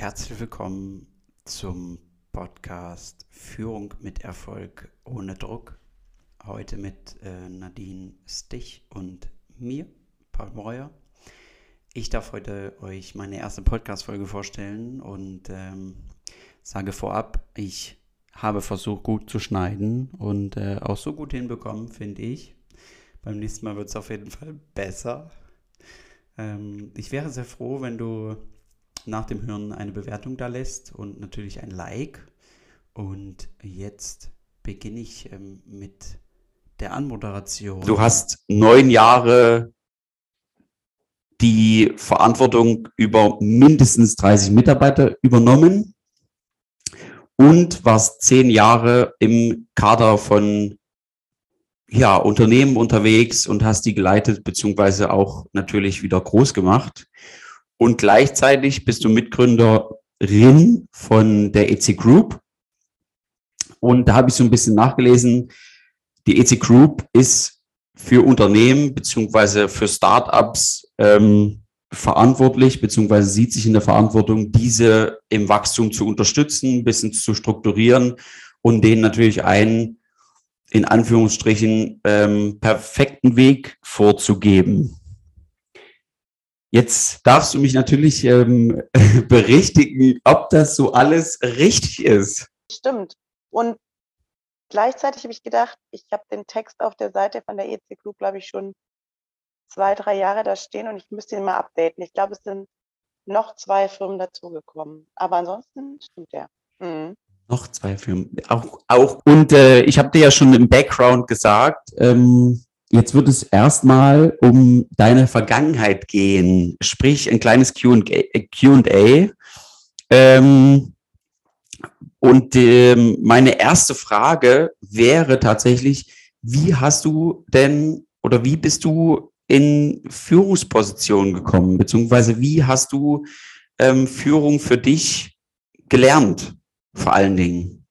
Herzlich willkommen zum Podcast Führung mit Erfolg ohne Druck. Heute mit Nadine Stich und mir, Paul Breuer. Ich darf heute euch meine erste Podcast-Folge vorstellen und sage vorab, ich habe versucht, gut zu schneiden und auch so gut hinbekommen, finde ich. Beim nächsten Mal wird es auf jeden Fall besser. Ich wäre sehr froh, wenn du nach dem Hören eine Bewertung da lässt und natürlich ein Like. Und jetzt beginne ich mit der Anmoderation. Du hast 9 Jahre die Verantwortung über mindestens 30 Mitarbeiter übernommen und warst 10 Jahre im Kader von Unternehmen unterwegs und hast die geleitet beziehungsweise auch natürlich wieder groß gemacht. Und gleichzeitig bist du Mitgründerin von der EC Group. Und da habe ich so ein bisschen nachgelesen. Die EC Group ist für Unternehmen beziehungsweise für Startups verantwortlich beziehungsweise sieht sich in der Verantwortung, diese im Wachstum zu unterstützen, ein bisschen zu strukturieren und denen natürlich einen, in Anführungsstrichen, perfekten Weg vorzugeben. Jetzt darfst du mich natürlich berichtigen, ob das so alles richtig ist. Stimmt. Und gleichzeitig habe ich gedacht, ich habe den Text auf der Seite von der EC Group, glaube ich, schon 2, 3 Jahre da stehen und ich müsste ihn mal updaten. Ich glaube, es sind noch 2 Firmen dazugekommen. Aber ansonsten stimmt der. Mhm. Noch 2 Firmen. Auch. Und ich habe dir ja schon im Background gesagt, jetzt wird es erstmal um deine Vergangenheit gehen. Sprich, ein kleines Q&A. Und meine erste Frage wäre tatsächlich, wie hast du denn oder wie bist du in Führungspositionen gekommen? Beziehungsweise wie hast du Führung für dich gelernt, vor allen Dingen?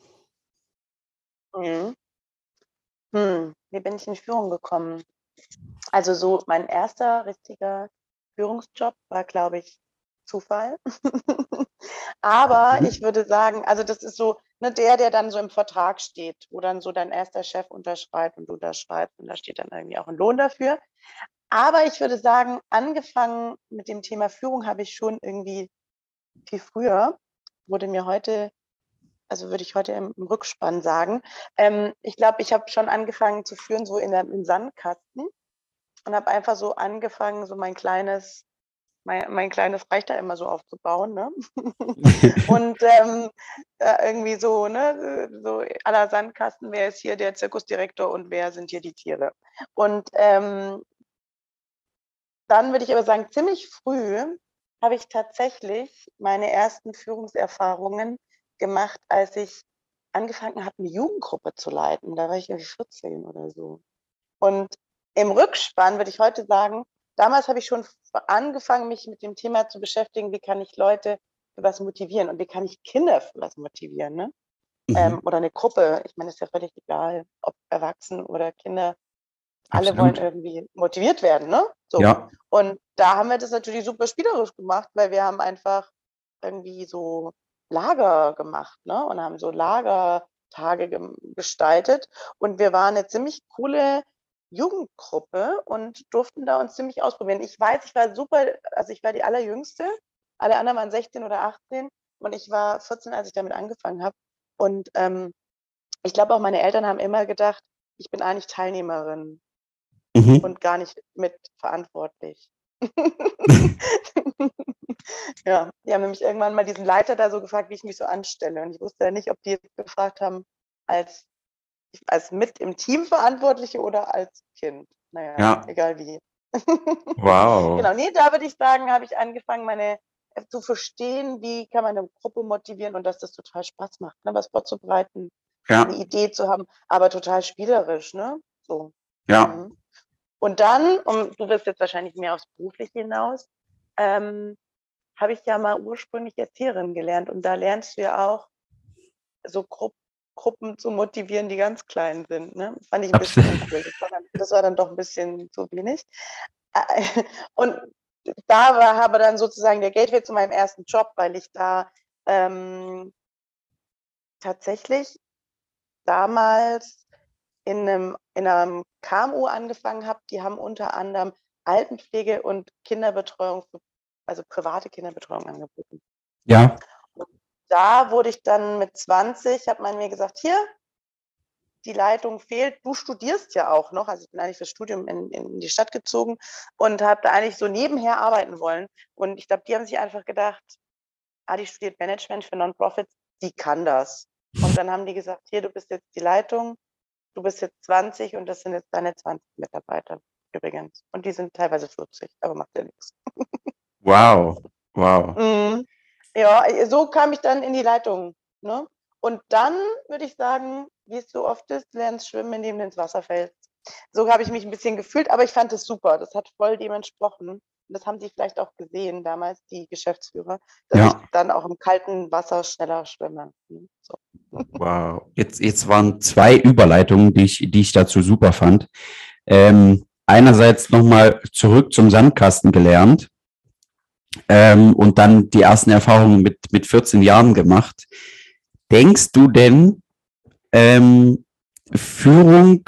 Mhm. Wie bin ich in Führung gekommen? Also so mein erster richtiger Führungsjob war, glaube ich, Zufall. Aber ich würde sagen, also das ist so, ne, der dann so im Vertrag steht, wo dann so dein erster Chef unterschreibt und du da schreibst und da steht dann irgendwie auch ein Lohn dafür. Aber ich würde sagen, angefangen mit dem Thema Führung habe ich schon irgendwie viel früher, würde ich heute im Rückspann sagen. Ich glaube, ich habe schon angefangen zu führen, so im Sandkasten und habe einfach so angefangen, so mein kleines Reich da immer so aufzubauen, ne? Und irgendwie so, ne, so à la Sandkasten, wer ist hier der Zirkusdirektor und wer sind hier die Tiere? Und dann würde ich aber sagen, ziemlich früh habe ich tatsächlich meine ersten Führungserfahrungen gemacht, als ich angefangen habe, eine Jugendgruppe zu leiten. Da war ich irgendwie 14 oder so. Und im Rückspann würde ich heute sagen, damals habe ich schon angefangen, mich mit dem Thema zu beschäftigen, wie kann ich Leute für was motivieren und wie kann ich Kinder für was motivieren, ne? Oder eine Gruppe. Ich meine, es ist ja völlig egal, ob Erwachsene oder Kinder. Alle wollen Absolut. irgendwie motiviert werden, ne? So. Ja. Und da haben wir das natürlich super spielerisch gemacht, weil wir haben einfach irgendwie so Lager gemacht, ne? Und haben so Lagertage gestaltet. Und wir waren eine ziemlich coole Jugendgruppe und durften da uns ziemlich ausprobieren. Ich weiß, ich war super, also ich war die Allerjüngste. Alle anderen waren 16 oder 18 und ich war 14, als ich damit angefangen habe. Und ich glaube auch meine Eltern haben immer gedacht, ich bin eigentlich Teilnehmerin und gar nicht mitverantwortlich. Ja, die haben nämlich irgendwann mal diesen Leiter da so gefragt, wie ich mich so anstelle. Und ich wusste ja nicht, ob die jetzt gefragt haben, als mit im Team Verantwortliche oder als Kind. Naja, Ja. egal wie. Wow. Genau, nee, da würde ich sagen, habe ich angefangen, zu verstehen, wie kann man eine Gruppe motivieren und dass das total Spaß macht, ne, was vorzubereiten, eine Ja. Idee zu haben, aber total spielerisch, ne? So. Ja. Mhm. Und dann, du wirst jetzt wahrscheinlich mehr aufs Berufliche hinaus, habe ich ja mal ursprünglich Erzieherin gelernt und da lernst du ja auch so Gruppen zu motivieren, die ganz klein sind. Ne? Das fand ich ein bisschen uncool. Das war dann doch ein bisschen zu wenig. Und da war aber dann sozusagen der Gateway zu meinem ersten Job, weil ich da tatsächlich damals in einem KMU angefangen habe. Die haben unter anderem Altenpflege und Kinderbetreuung, also private Kinderbetreuung angeboten. Ja. Und da wurde ich dann mit 20, hat man mir gesagt, hier, die Leitung fehlt, du studierst ja auch noch. Also ich bin eigentlich fürs Studium in die Stadt gezogen und habe da eigentlich so nebenher arbeiten wollen. Und ich glaube, die haben sich einfach gedacht, die studiert Management für Non-Profits, die kann das. Und dann haben die gesagt, hier, du bist jetzt die Leitung, du bist jetzt 20 und das sind jetzt deine 20 Mitarbeiter übrigens. Und die sind teilweise 40, aber macht ja nichts. Wow. Wow. Mhm. Ja, so kam ich dann in die Leitung. Ne? Und dann würde ich sagen, wie es so oft ist, lernst schwimmen, indem du ins Wasser fällst. So habe ich mich ein bisschen gefühlt, aber ich fand es super. Das hat voll dem entsprochen. Und das haben sie vielleicht auch gesehen damals, die Geschäftsführer, dass ich Ja. dann auch im kalten Wasser schneller schwimme. So. Wow. Jetzt waren zwei Überleitungen, die ich dazu super fand. Einerseits nochmal zurück zum Sandkasten gelernt und dann die ersten Erfahrungen mit 14 Jahren gemacht. Denkst du denn, Führung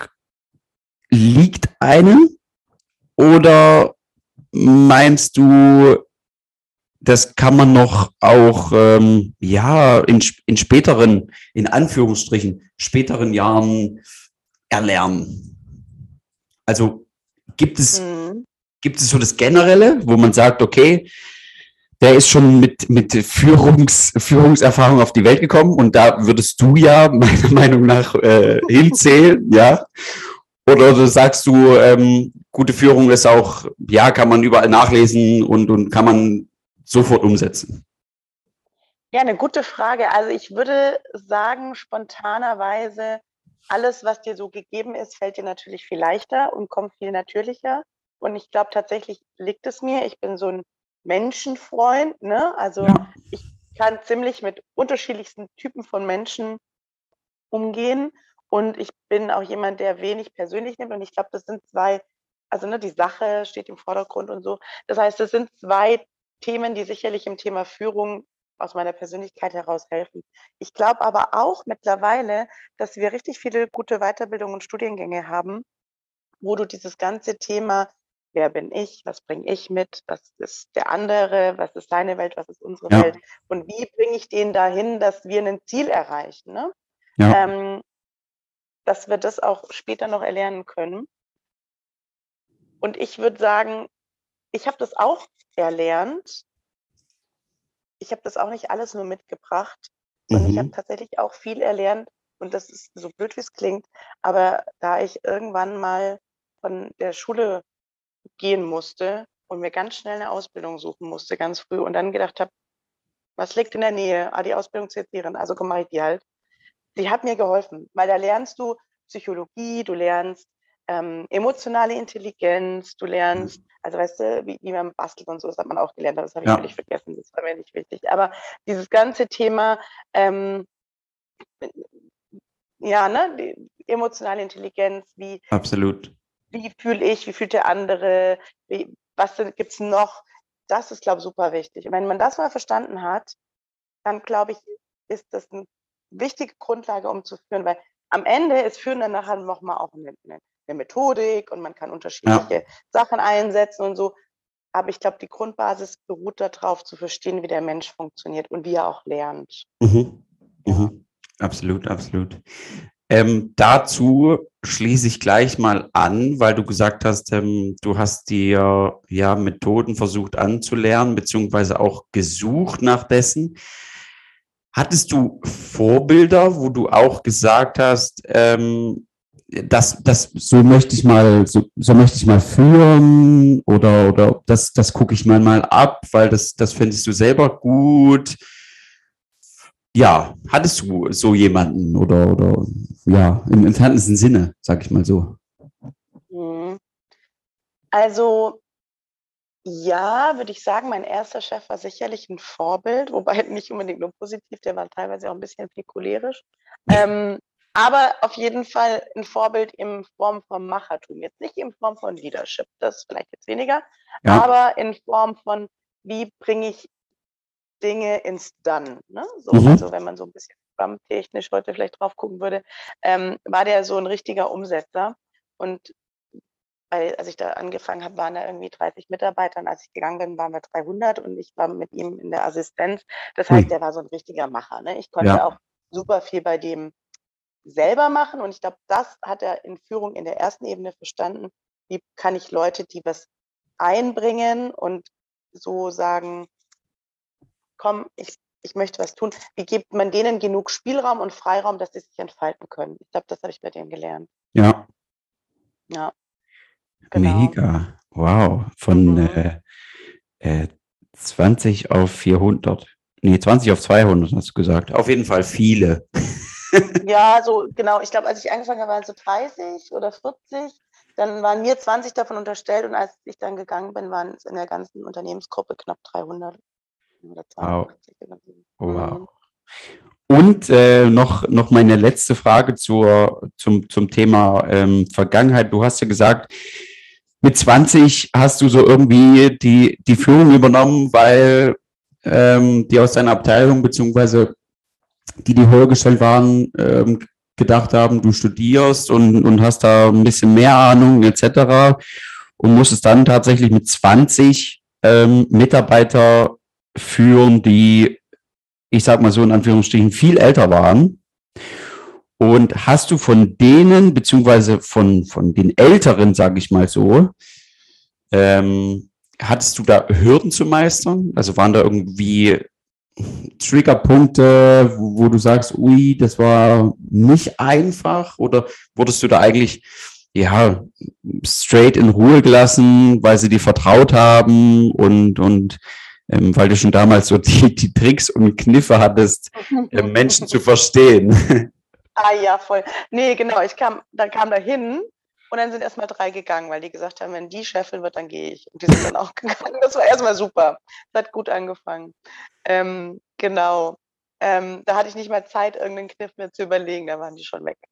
liegt einem oder meinst du, das kann man noch auch in späteren, in Anführungsstrichen, späteren Jahren erlernen? Also gibt es so das Generelle, wo man sagt, okay, der ist schon mit Führungserfahrung auf die Welt gekommen und da würdest du ja meiner Meinung nach hinzählen, ja? Oder sagst du, gute Führung ist auch, ja, kann man überall nachlesen und kann man sofort umsetzen? Ja, eine gute Frage. Also ich würde sagen, spontanerweise, alles, was dir so gegeben ist, fällt dir natürlich viel leichter und kommt viel natürlicher. Und ich glaube, tatsächlich liegt es mir. Ich bin so ein Menschenfreund, ne? Also Ja. ich kann ziemlich mit unterschiedlichsten Typen von Menschen umgehen. Und ich bin auch jemand, der wenig persönlich nimmt. Und ich glaube, das sind zwei, also ne, die Sache steht im Vordergrund und so. Das heißt, das sind zwei Themen, die sicherlich im Thema Führung aus meiner Persönlichkeit heraus helfen. Ich glaube aber auch mittlerweile, dass wir richtig viele gute Weiterbildungen und Studiengänge haben, wo du dieses ganze Thema, wer bin ich, was bringe ich mit, was ist der andere, was ist seine Welt, was ist unsere Ja. Welt und wie bringe ich den dahin, dass wir ein Ziel erreichen. Ne? Ja. Dass wir das auch später noch erlernen können. Und ich würde sagen, ich habe das auch erlernt. Ich habe das auch nicht alles nur mitgebracht, sondern ich habe Mhm. tatsächlich auch viel erlernt. Und das ist so blöd, wie es klingt. Aber da ich irgendwann mal von der Schule gehen musste und mir ganz schnell eine Ausbildung suchen musste, ganz früh, und dann gedacht habe, was liegt in der Nähe? Die Ausbildung zur Erzieherin, also mache ich die halt. Die hat mir geholfen, weil da lernst du Psychologie, du lernst emotionale Intelligenz, du lernst, also weißt du, wie man bastelt und so, das hat man auch gelernt, aber das habe ich völlig Ja. vergessen, das war mir nicht wichtig. Aber dieses ganze Thema, ja, ne, die emotionale Intelligenz, Absolut. wie fühle ich, wie fühlt der andere, was gibt es noch, das ist, glaube ich, super wichtig. Und wenn man das mal verstanden hat, dann glaube ich, ist das eine wichtige Grundlage, um zu führen, weil am Ende ist Führen dann nachher nochmal auch eine Methodik und man kann Ja. unterschiedliche Sachen einsetzen und so. Aber ich glaube, die Grundbasis beruht darauf, zu verstehen, wie der Mensch funktioniert und wie er auch lernt. Mhm. Ja. Mhm. Absolut, absolut. Dazu schließe ich gleich mal an, weil du gesagt hast, du hast dir ja Methoden versucht anzulernen, beziehungsweise auch gesucht nach dessen. Hattest du Vorbilder, wo du auch gesagt hast, so möchte ich mal, so möchte ich mal führen oder das gucke ich mal ab, weil das findest du selber gut. Ja, hattest du so jemanden oder ja, im entferntesten Sinne, sag ich mal so. Mhm. Also ja, würde ich sagen, mein erster Chef war sicherlich ein Vorbild, wobei nicht unbedingt nur positiv, der war teilweise auch ein bisschen viel cholerisch. Aber auf jeden Fall ein Vorbild in Form von Machertum. Jetzt nicht in Form von Leadership, das vielleicht jetzt weniger, Ja. aber in Form von, wie bringe ich Dinge ins Done. Ne? So, Mhm. Also wenn man so ein bisschen Scrum-technisch heute vielleicht drauf gucken würde, war der so ein richtiger Umsetzer. Und als ich da angefangen habe, waren da irgendwie 30 Mitarbeiter und als ich gegangen bin, waren wir 300 und ich war mit ihm in der Assistenz. Das heißt, Ui. der war so ein richtiger Macher. Ne? Ich konnte Ja. auch super viel bei dem selber machen und ich glaube, das hat er in Führung in der ersten Ebene verstanden. Wie kann ich Leute, die was einbringen und so sagen, komm, ich möchte was tun. Wie gibt man denen genug Spielraum und Freiraum, dass sie sich entfalten können? Ich glaube, das habe ich bei dem gelernt. Ja. Ja, genau. Mega. Wow. Von Mhm. 20 auf 400. Nee, 20 auf 200 hast du gesagt. Auf jeden Fall viele. Ja, so genau. Ich glaube, als ich angefangen habe, waren es so 30 oder 40. Dann waren mir 20 davon unterstellt und als ich dann gegangen bin, waren es in der ganzen Unternehmensgruppe knapp 300 oder Wow. 280 oder so. Wow. Mhm. Und noch meine letzte Frage zum Thema Vergangenheit. Du hast ja gesagt, mit 20 hast du so irgendwie die Führung übernommen, weil die aus deiner Abteilung beziehungsweise die höher gestellt waren, gedacht haben, du studierst und hast da ein bisschen mehr Ahnung etc. Und musstest dann tatsächlich mit 20 Mitarbeiter führen, die, ich sag mal so in Anführungsstrichen, viel älter waren. Und hast du von denen, beziehungsweise von den Älteren, sage ich mal so, hattest du da Hürden zu meistern? Also waren da irgendwie Triggerpunkte, wo du sagst, ui, das war nicht einfach? Oder wurdest du da eigentlich, ja, straight in Ruhe gelassen, weil sie dir vertraut haben und weil du schon damals so die Tricks und Kniffe hattest, Menschen zu verstehen? Ah ja, voll. Nee, genau. Dann kam da hin und dann sind erstmal 3 gegangen, weil die gesagt haben, wenn die Chefin wird, dann gehe ich. Und die sind dann auch gegangen. Das war erstmal super. Das hat gut angefangen. Genau. Da hatte ich nicht mal Zeit, irgendeinen Kniff mir zu überlegen, da waren die schon weg.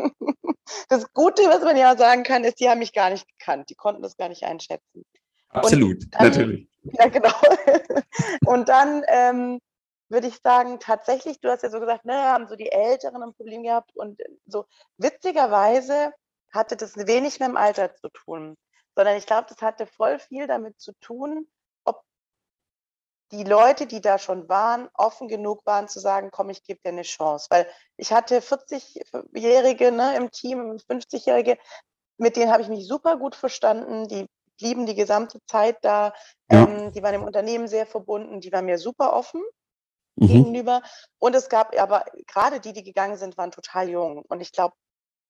Das Gute, was man ja sagen kann, ist, die haben mich gar nicht gekannt. Die konnten das gar nicht einschätzen. Und Absolut, dann, natürlich. ja genau. Und dann würde ich sagen, tatsächlich, du hast ja so gesagt, ne, haben so die Älteren ein Problem gehabt und so witzigerweise hatte das wenig mit dem Alter zu tun, sondern ich glaube, das hatte voll viel damit zu tun, ob die Leute, die da schon waren, offen genug waren zu sagen, komm, ich gebe dir eine Chance. Weil ich hatte 40-Jährige ne, im Team, 50-Jährige, mit denen habe ich mich super gut verstanden. Die blieben die gesamte Zeit da. Ja. Die waren im Unternehmen sehr verbunden. Die waren mir super offen Mhm. gegenüber. Und es gab aber gerade die gegangen sind, waren total jung. Und ich glaube,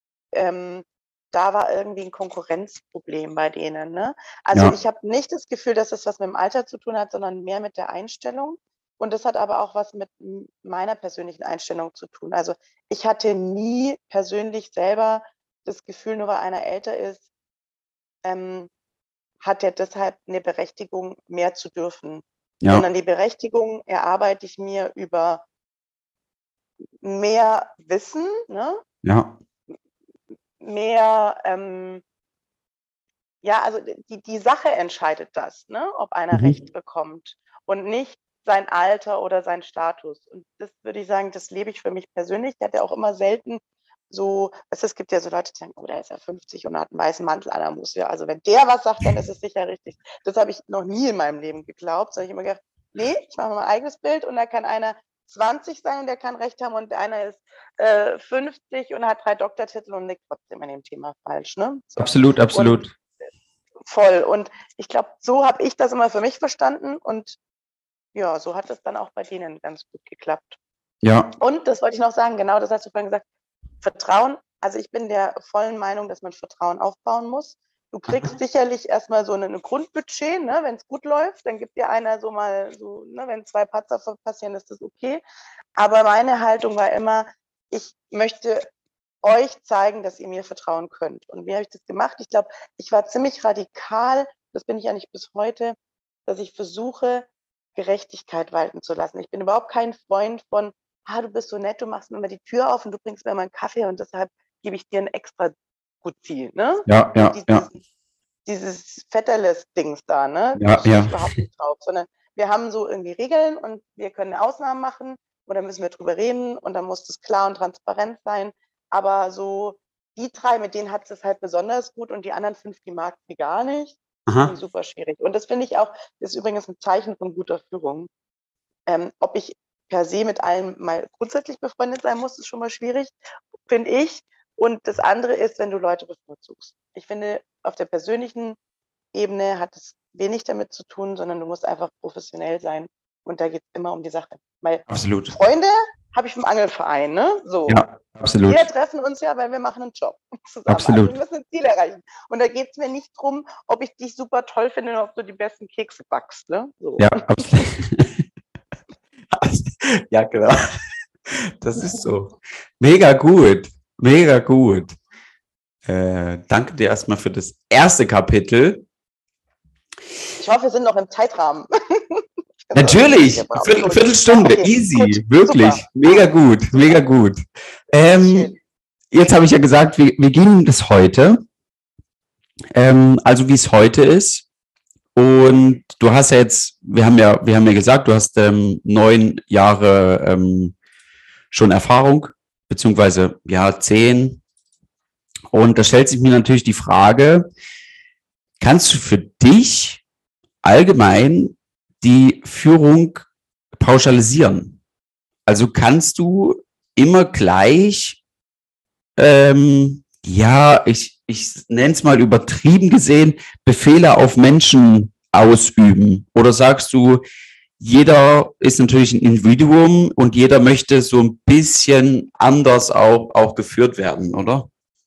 da war irgendwie ein Konkurrenzproblem bei denen. Ne? Also Ja. ich habe nicht das Gefühl, dass das was mit dem Alter zu tun hat, sondern mehr mit der Einstellung. Und das hat aber auch was mit meiner persönlichen Einstellung zu tun. Also ich hatte nie persönlich selber das Gefühl, nur weil einer älter ist, ähm, hat er deshalb eine Berechtigung, mehr zu dürfen. Ja. Sondern die Berechtigung erarbeite ich mir über mehr Wissen, ne? Ja. Mehr, ja, also die Sache entscheidet das, ne? Ob einer Recht Mhm. bekommt und nicht sein Alter oder sein Status. Und das würde ich sagen, das lebe ich für mich persönlich. Ich hatte auch immer selten so, es gibt ja so Leute, die sagen, oh, der ist ja 50 und hat einen weißen Mantel an der muss ja. Also wenn der was sagt, dann ist es sicher richtig. Das habe ich noch nie in meinem Leben geglaubt. Da habe ich immer gedacht, nee, ich mache mein eigenes Bild und da kann einer 20 sein und der kann Recht haben und einer ist 50 und hat 3 Doktortitel und liegt trotzdem an dem Thema falsch. Ne? So. Absolut, Und absolut. voll. Und ich glaube, so habe ich das immer für mich verstanden und ja, so hat es dann auch bei denen ganz gut geklappt. Ja. Und das wollte ich noch sagen, genau das hast du vorhin gesagt, Vertrauen. Also ich bin der vollen Meinung, dass man Vertrauen aufbauen muss. Du kriegst sicherlich erstmal so ein Grundbudget, ne? Wenn es gut läuft, dann gibt dir einer so mal so, ne? Wenn 2 Patzer passieren, ist das okay. Aber meine Haltung war immer, ich möchte euch zeigen, dass ihr mir vertrauen könnt. Und wie habe ich das gemacht? Ich glaube, ich war ziemlich radikal, das bin ich eigentlich bis heute, dass ich versuche, Gerechtigkeit walten zu lassen. Ich bin überhaupt kein Freund von du bist so nett, du machst mir immer die Tür auf und du bringst mir immer einen Kaffee und deshalb gebe ich dir ein extra Gutzi, ne? Ja, So ja, ja, dieses Vetterles-Dings da, ne? Da ja, stehe ja. ich überhaupt nicht drauf, sondern wir haben so irgendwie Regeln und wir können Ausnahmen machen oder müssen wir drüber reden und dann muss das klar und transparent sein. Aber so die 3, mit denen hat es halt besonders gut und die anderen 5, die mag sie gar nicht. Und Aha. super schwierig. Und das finde ich auch, das ist übrigens ein Zeichen von guter Führung. Ob ich per se mit allen mal grundsätzlich befreundet sein muss, ist schon mal schwierig, finde ich. Und das andere ist, wenn du Leute bevorzugst. Ich finde, auf der persönlichen Ebene hat es wenig damit zu tun, sondern du musst einfach professionell sein. Und da geht es immer um die Sache. Weil Absolut. Freunde habe ich vom Angelverein, ne? So. Ja, absolut. Wir treffen uns ja, weil wir machen einen Job zusammen. Also Absolut. wir müssen ein Ziel erreichen. Und da geht es mir nicht drum, ob ich dich super toll finde oder ob du die besten Kekse backst. Ne? So. Ja, absolut. Ja, genau. Das ist so. Mega gut. Mega gut. Danke dir erstmal für das erste Kapitel. Ich hoffe, wir sind noch im Zeitrahmen. Natürlich, Viertelstunde, okay, easy, gut, wirklich, super. mega gut, mega gut. Jetzt habe ich ja gesagt, wir gehen das heute, also wie es heute ist. Und du hast ja jetzt, wir haben ja gesagt, du hast 9 Jahre schon Erfahrung, beziehungsweise ja 10. Und da stellt sich mir natürlich die Frage, kannst du für dich allgemein die Führung pauschalisieren? Also kannst du immer gleich, ja, ich nenne es mal übertrieben gesehen, Befehle auf Menschen ausüben? Oder sagst du, jeder ist natürlich ein Individuum und jeder möchte so ein bisschen anders auch geführt werden, oder?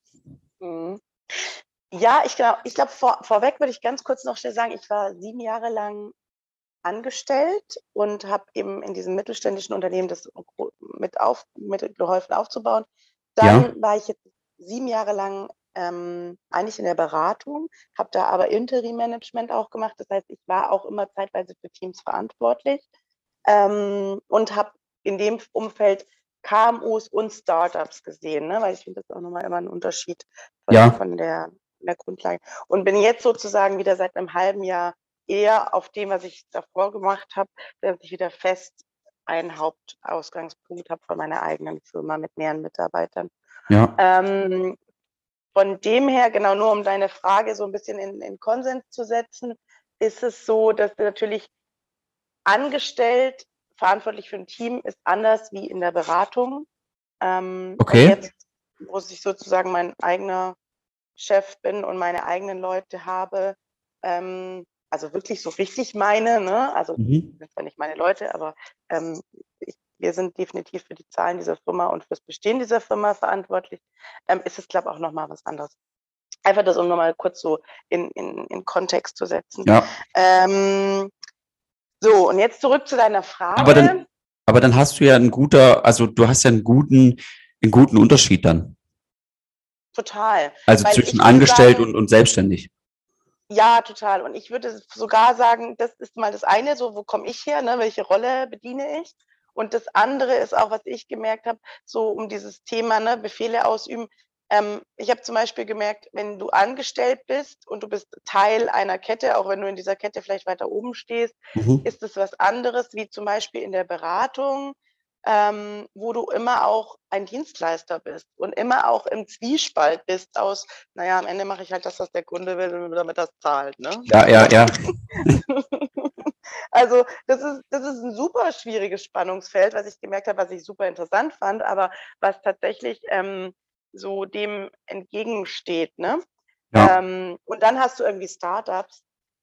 Ja, ich glaube, vorweg würde ich ganz kurz noch schnell sagen, ich war 7 Jahre lang angestellt und habe eben in diesem mittelständischen Unternehmen das mitgeholfen aufzubauen. Dann war ich jetzt 7 Jahre lang eigentlich in der Beratung, habe da aber Interim-Management auch gemacht. Das heißt, ich war auch immer zeitweise für Teams verantwortlich und habe in dem Umfeld KMUs und Startups gesehen, ne? Weil ich finde, das ist auch nochmal immer ein Unterschied von der Grundlage. Und bin jetzt sozusagen wieder seit einem halben Jahr eher auf dem, was ich davor gemacht habe, dass ich wieder fest einen Hauptausgangspunkt habe von meiner eigenen Firma mit mehreren Mitarbeitern. Ja. Von dem her, genau nur um deine Frage so ein bisschen in Konsens zu setzen, ist es so, dass natürlich angestellt, verantwortlich für ein Team ist anders wie in der Beratung. Okay. Und jetzt, wo ich sozusagen mein eigener Chef bin und meine eigenen Leute habe, also wirklich so richtig meine, ne? Also das sind zwar nicht meine Leute, aber wir sind definitiv für die Zahlen dieser Firma und fürs Bestehen dieser Firma verantwortlich, ist es, glaube ich, auch nochmal was anderes. Einfach das, um nochmal kurz so in Kontext zu setzen. Ja. So, und jetzt zurück zu deiner Frage. Aber dann hast du ja du hast ja einen guten Unterschied dann. Total. Also zwischen angestellt und selbstständig. Ja, total. Und ich würde sogar sagen, das ist mal das eine, so wo komme ich her, ne? Welche Rolle bediene ich? Und das andere ist auch, was ich gemerkt habe, so um dieses Thema, ne, Befehle ausüben. Ich habe zum Beispiel gemerkt, wenn du angestellt bist und du bist Teil einer Kette, auch wenn du in dieser Kette vielleicht weiter oben stehst, ist es was anderes, wie zum Beispiel in der Beratung, wo du immer auch ein Dienstleister bist und immer auch im Zwiespalt bist aus, naja, am Ende mache ich halt das, was der Kunde will, damit das zahlt. Ne? Ja. Also das ist ein super schwieriges Spannungsfeld, was ich gemerkt habe, was ich super interessant fand, aber was tatsächlich so dem entgegensteht. Ne? Ja. Und dann hast du irgendwie Startups,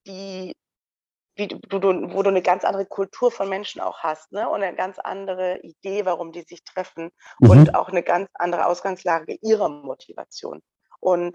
wo du eine ganz andere Kultur von Menschen auch hast, ne? Und eine ganz andere Idee, warum die sich treffen und auch eine ganz andere Ausgangslage ihrer Motivation. Und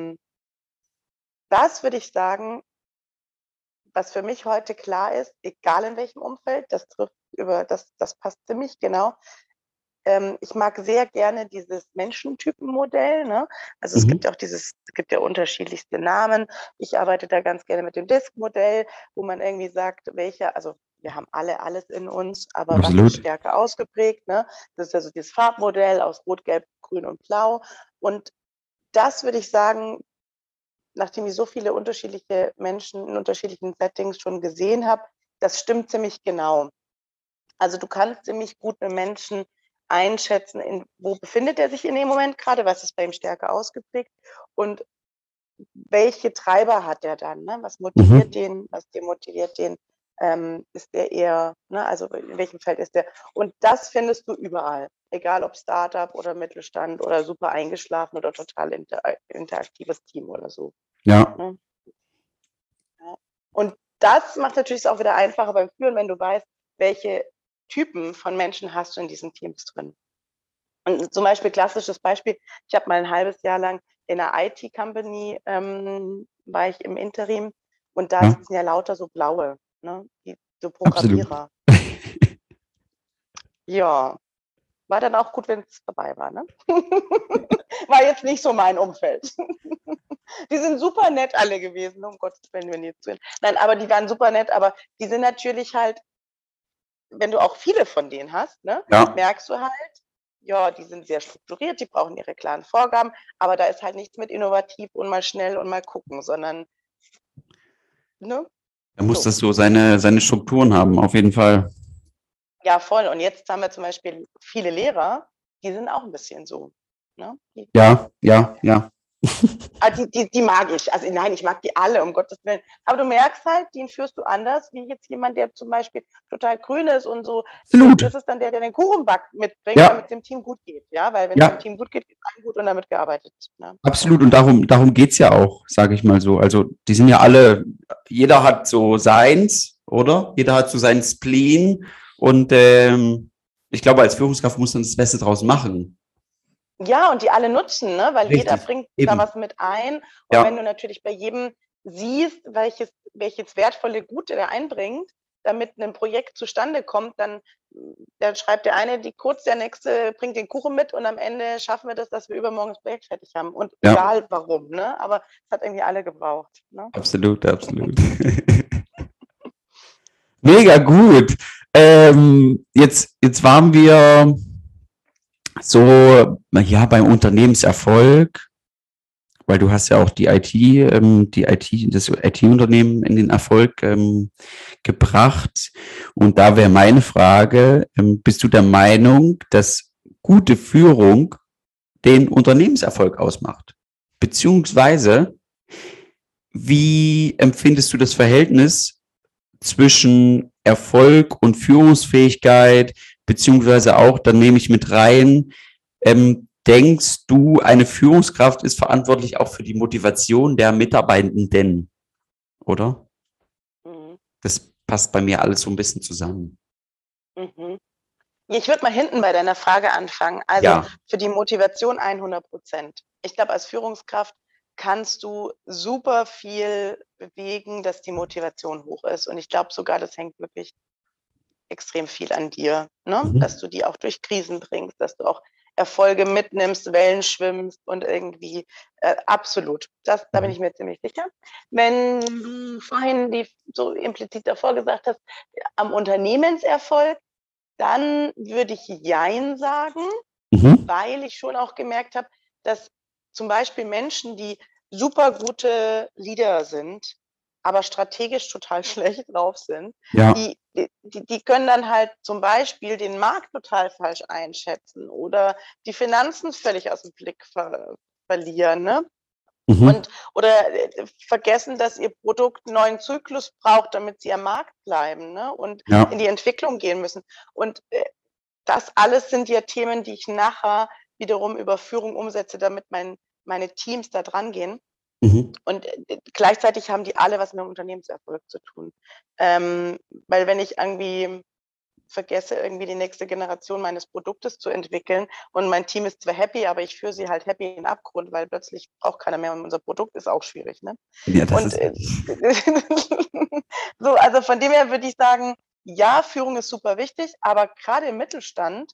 das würde ich sagen, was für mich heute klar ist, egal in welchem Umfeld, das passt ziemlich genau. Ich mag sehr gerne dieses Menschentypenmodell, ne? Also es gibt ja unterschiedlichste Namen. Ich arbeite da ganz gerne mit dem DISC-Modell, wo man irgendwie sagt, wir haben alle alles in uns, aber was Absolut. ist stärker ausgeprägt? Ne? Das ist also dieses Farbmodell aus Rot, Gelb, Grün und Blau. Und das würde ich sagen, nachdem ich so viele unterschiedliche Menschen in unterschiedlichen Settings schon gesehen habe, das stimmt ziemlich genau. Also du kannst ziemlich gut einen Menschen einschätzen, wo befindet er sich in dem Moment gerade, was ist bei ihm stärker ausgeprägt und welche Treiber hat er dann, ne? Was motiviert den, was demotiviert den, ist der eher, ne? Also in welchem Feld ist der? Und das findest du überall, egal ob Startup oder Mittelstand oder super eingeschlafen oder total interaktives Team oder so. Ja. Ne? Ja. Und das macht natürlich auch wieder einfacher beim Führen, wenn du weißt, welche Typen von Menschen hast du in diesen Teams drin. Und zum Beispiel, klassisches Beispiel, ich habe mal ein halbes Jahr lang in einer IT-Company war ich im Interim und da Ja. sitzen ja lauter so Blaue, ne? So Absolut. Programmierer. Ja, war dann auch gut, wenn es vorbei war, ne? War jetzt nicht so mein Umfeld. Die sind super nett alle gewesen, um Gottes Willen, wenn die jetzt sind. Nein, aber die waren super nett, aber die sind natürlich halt, wenn du auch viele von denen hast, ne, Ja. merkst du halt, ja, die sind sehr strukturiert, die brauchen ihre klaren Vorgaben, aber da ist halt nichts mit innovativ und mal schnell und mal gucken, sondern, ne? Er muss So. das so seine Strukturen haben, auf jeden Fall. Ja, voll. Und jetzt haben wir zum Beispiel viele Lehrer, die sind auch ein bisschen so. Ne? Ja. Die mag ich. Also nein, ich mag die alle, um Gottes Willen. Aber du merkst halt, den führst du anders, wie jetzt jemand, der zum Beispiel total grün ist und so. Absolut. Das ist dann der den Kuchenback mitbringt, Ja. damit es dem Team gut geht. Ja, weil wenn Ja. es dem Team gut geht, geht es allen gut und damit gearbeitet. Ne? Absolut. Und darum geht es ja auch, sage ich mal so. Also die sind ja alle, jeder hat so seins, oder? Jeder hat so seinen Spleen. Und ich glaube, als Führungskraft muss man das Beste draus machen. Ja, und die alle nutzen, ne? Weil Richtig. jeder bringt Eben. da was mit ein. Und Ja. wenn du natürlich bei jedem siehst, welches wertvolle Gute der einbringt, damit ein Projekt zustande kommt, dann schreibt der eine die Codes, der nächste bringt den Kuchen mit und am Ende schaffen wir das, dass wir übermorgen das Projekt fertig haben. Und Ja. egal warum, ne? Aber es hat irgendwie alle gebraucht. Ne? Absolut. Mega gut. Jetzt waren wir so, ja, beim Unternehmenserfolg, weil du hast ja auch das IT-Unternehmen in den Erfolg gebracht. Und da wäre meine Frage, bist du der Meinung, dass gute Führung den Unternehmenserfolg ausmacht? Beziehungsweise, wie empfindest du das Verhältnis zwischen Erfolg und Führungsfähigkeit, beziehungsweise auch, dann nehme ich mit rein, denkst du, eine Führungskraft ist verantwortlich auch für die Motivation der Mitarbeitenden, oder? Mhm. Das passt bei mir alles so ein bisschen zusammen. Mhm. Ich würde mal hinten bei deiner Frage anfangen. Also Ja. Für die Motivation 100%. Ich glaube, als Führungskraft kannst du super viel bewegen, dass die Motivation hoch ist. Und ich glaube sogar, das hängt wirklich extrem viel an dir, ne? Dass du die auch durch Krisen bringst, dass du auch Erfolge mitnimmst, Wellen schwimmst und irgendwie absolut. Da bin ich mir ziemlich sicher. Wenn du vorhin so implizit davor gesagt hast, am Unternehmenserfolg, dann würde ich Jein sagen, weil ich schon auch gemerkt habe, dass zum Beispiel Menschen, die super gute Leader sind, aber strategisch total schlecht drauf sind, Ja. die können dann halt zum Beispiel den Markt total falsch einschätzen oder die Finanzen völlig aus dem Blick verlieren, ne? Oder vergessen, dass ihr Produkt einen neuen Zyklus braucht, damit sie am Markt bleiben, ne? Und Ja. in die Entwicklung gehen müssen. Und das alles sind ja Themen, die ich nachher wiederum über Führung umsetze, damit meine Teams da dran gehen. Und gleichzeitig haben die alle was mit dem Unternehmenserfolg zu tun. Weil wenn ich irgendwie vergesse, irgendwie die nächste Generation meines Produktes zu entwickeln und mein Team ist zwar happy, aber ich führe sie halt happy in den Abgrund, weil plötzlich braucht keiner mehr und unser Produkt ist auch schwierig. Ne? Ja, das Und ist so, also von dem her würde ich sagen, ja, Führung ist super wichtig, aber gerade im Mittelstand,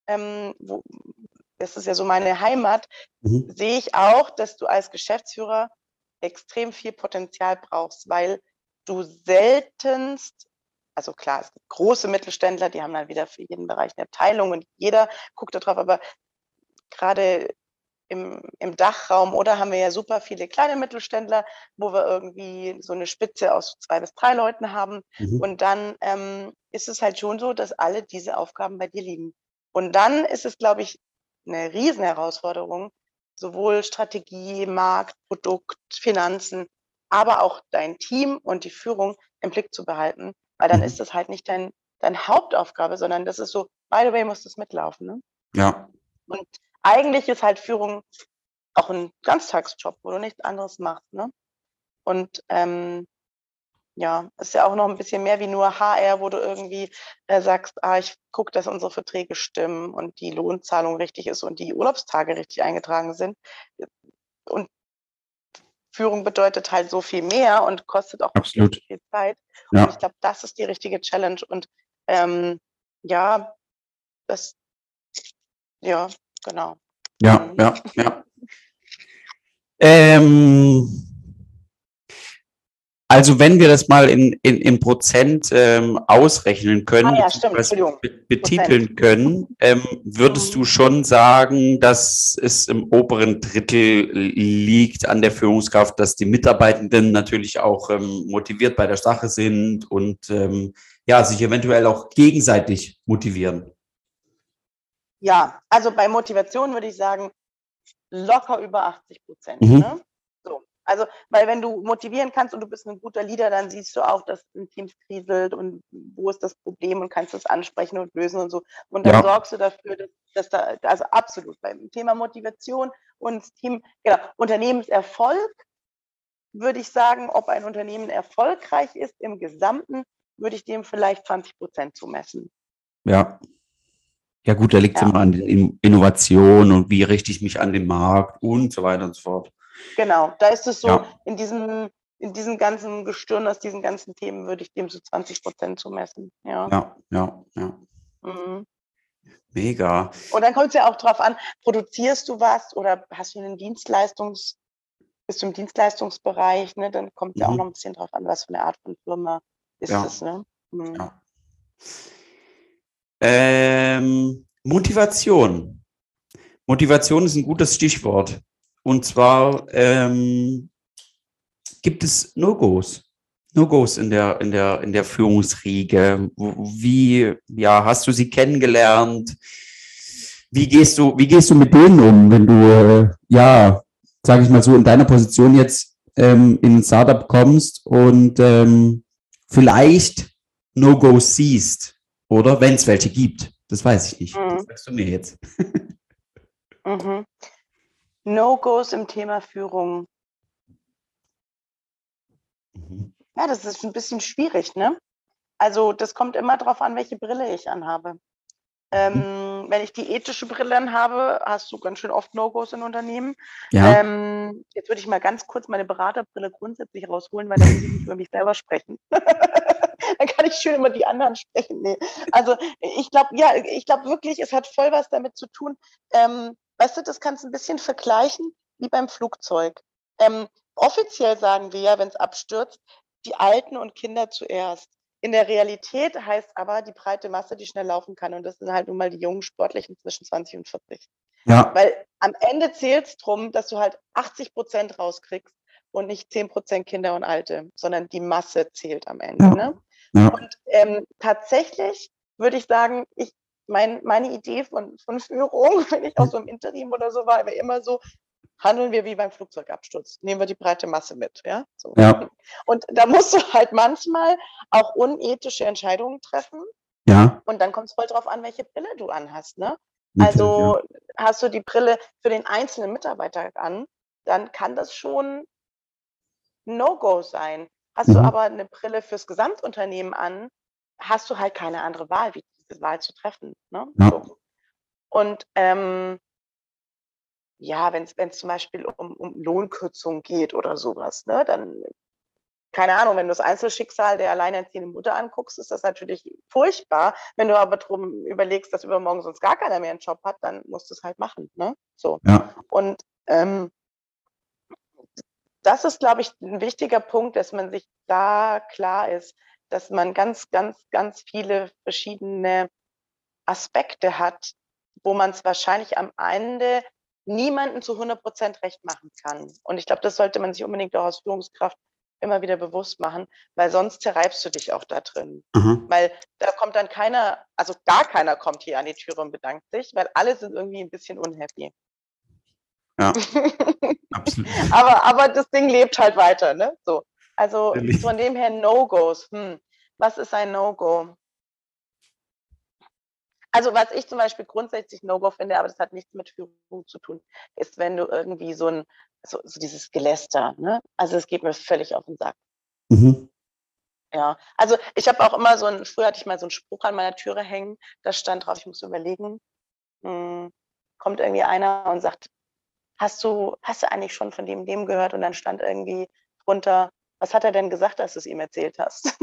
das ist ja so meine Heimat, sehe ich auch, dass du als Geschäftsführer extrem viel Potenzial brauchst, weil du seltenst also klar, es gibt große Mittelständler, die haben dann wieder für jeden Bereich eine Abteilung und jeder guckt da drauf, aber gerade im Dachraum oder haben wir ja super viele kleine Mittelständler, wo wir irgendwie so eine Spitze aus 2 bis 3 Leuten haben. Mhm. Und dann ist es halt schon so, dass alle diese Aufgaben bei dir liegen. Und dann ist es, glaube ich, eine Riesenherausforderung, sowohl Strategie, Markt, Produkt, Finanzen, aber auch dein Team und die Führung im Blick zu behalten, weil dann ist Mhm. das halt nicht deine Hauptaufgabe, sondern das ist so, by the way, muss das mitlaufen. Ne? Ja, Und eigentlich ist halt Führung auch ein Ganztagsjob, wo du nichts anderes machst. Ne? Und ja, ist ja auch noch ein bisschen mehr wie nur HR, wo du irgendwie sagst, ich gucke, dass unsere Verträge stimmen und die Lohnzahlung richtig ist und die Urlaubstage richtig eingetragen sind. Und Führung bedeutet halt so viel mehr und kostet auch absolut. richtig viel Zeit. Und ich Ja, glaube, das ist die richtige Challenge. Und ja, das, ja, genau. ja, Mhm. ja, ja. Ähm, also wenn wir das mal in Prozent ausrechnen können, Ja, stimmt, beziehungsweise Entschuldigung. Prozent. betiteln können, würdest Mhm. du schon sagen, dass es im oberen Drittel liegt an der Führungskraft, dass die Mitarbeitenden natürlich auch motiviert bei der Sache sind und ja, sich eventuell auch gegenseitig motivieren? Ja, also bei Motivation würde ich sagen, locker über 80%. Mhm. Ne? So. Also, weil wenn du motivieren kannst und du bist ein guter Leader, dann siehst du auch, dass es in Teams kriselt und wo ist das Problem und kannst es ansprechen und lösen und so. Und dann Ja, sorgst du dafür, dass da, also absolut beim Thema Motivation und Team, genau, Unternehmenserfolg würde ich sagen, ob ein Unternehmen erfolgreich ist im Gesamten, würde ich dem vielleicht 20% zumessen. ja. Ja gut, da liegt es Ja. immer an den Innovationen und wie richte ich mich an den Markt und so weiter und so fort. Genau, da ist es so, Ja, in diesem ganzen Gestirn, aus diesen ganzen Themen würde ich dem so 20% zumessen. Ja. ja, ja, ja. Mhm. Mega. Und dann kommt es ja auch drauf an, produzierst du was oder hast du bist du im Dienstleistungsbereich, ne? Dann kommt es ja auch noch Mhm. ein bisschen drauf an, was für eine Art von Firma ist Ja, es, ne? Mhm. ja. Motivation. Motivation ist ein gutes Stichwort. Und zwar gibt es No-Gos. No-Gos in der Führungsriege. Wie, ja, hast du sie kennengelernt? Wie gehst du mit denen um, wenn du, ja, sage ich mal so, in deiner Position jetzt in ein Startup kommst und vielleicht No-Gos siehst, oder wenn es welche gibt? Das weiß ich nicht. Das Mhm. sagst du mir jetzt. Mhm. No-Gos im Thema Führung. Mhm. Ja, das ist ein bisschen schwierig, ne? Also das kommt immer drauf an, welche Brille ich anhabe. Mhm. Wenn ich die ethische Brille anhabe, hast du ganz schön oft No-Gos in Unternehmen. Ja. Jetzt würde ich mal ganz kurz meine Beraterbrille grundsätzlich rausholen, weil dann muss ich nicht über mich selber sprechen. Dann kann ich schön über die anderen sprechen. Nee. Also ich glaube, ja, ich glaube wirklich, es hat voll was damit zu tun. Weißt du, das kannst du ein bisschen vergleichen wie beim Flugzeug. Offiziell sagen wir ja, wenn es abstürzt, die Alten und Kinder zuerst. In der Realität heißt aber die breite Masse, die schnell laufen kann. Und das sind halt nun mal die jungen Sportlichen zwischen 20 und 40. Ja. Weil am Ende zählt es darum, dass du halt 80% rauskriegst und nicht 10% Kinder und Alte, sondern die Masse zählt am Ende. Ja. Ne? Ja. Und tatsächlich würde ich sagen, meine Idee von Führung, wenn ich auch so im Interim oder so war, war immer so, handeln wir wie beim Flugzeugabsturz. Nehmen wir die breite Masse mit. Ja? So. Ja. Und da musst du halt manchmal auch unethische Entscheidungen treffen. Ja. Und dann kommt es voll drauf an, welche Brille du anhast. Ne? Natürlich, ja. Also hast du die Brille für den einzelnen Mitarbeiter an, dann kann das schon No-Go sein. Hast du Mhm. aber eine Brille fürs Gesamtunternehmen an, hast du halt keine andere Wahl, wie diese Wahl zu treffen. Ne? Ja. So. Und ja, wenn es zum Beispiel um Lohnkürzungen geht oder sowas, ne, dann, keine Ahnung, wenn du das Einzelschicksal der alleinerziehenden Mutter anguckst, ist das natürlich furchtbar. Wenn du aber drum überlegst, dass übermorgen sonst gar keiner mehr einen Job hat, dann musst du es halt machen. Ne? So. Ja. Und das ist, glaube ich, ein wichtiger Punkt, dass man sich da klar ist, dass man ganz, ganz, ganz viele verschiedene Aspekte hat, wo man es wahrscheinlich am Ende niemanden zu 100% recht machen kann. Und ich glaube, das sollte man sich unbedingt auch als Führungskraft immer wieder bewusst machen, weil sonst zerreibst du dich auch da drin. Aha. Weil da kommt dann keiner, also gar keiner kommt hier an die Tür und bedankt sich, weil alle sind irgendwie ein bisschen unhappy. Ja, absolut. aber das Ding lebt halt weiter, ne? So. Also Natürlich. von dem her No-Gos. Was ist ein No-Go? Also was ich zum Beispiel grundsätzlich No-Go finde, aber das hat nichts mit Führung zu tun, ist, wenn du irgendwie so dieses Geläster, ne? Also es geht mir völlig auf den Sack. Mhm. Ja, also ich habe auch immer früher hatte ich mal so einen Spruch an meiner Türe hängen, da stand drauf, ich muss überlegen, kommt irgendwie einer und sagt, hast du eigentlich schon von dem gehört? Und dann stand irgendwie drunter, was hat er denn gesagt, dass du es ihm erzählt hast?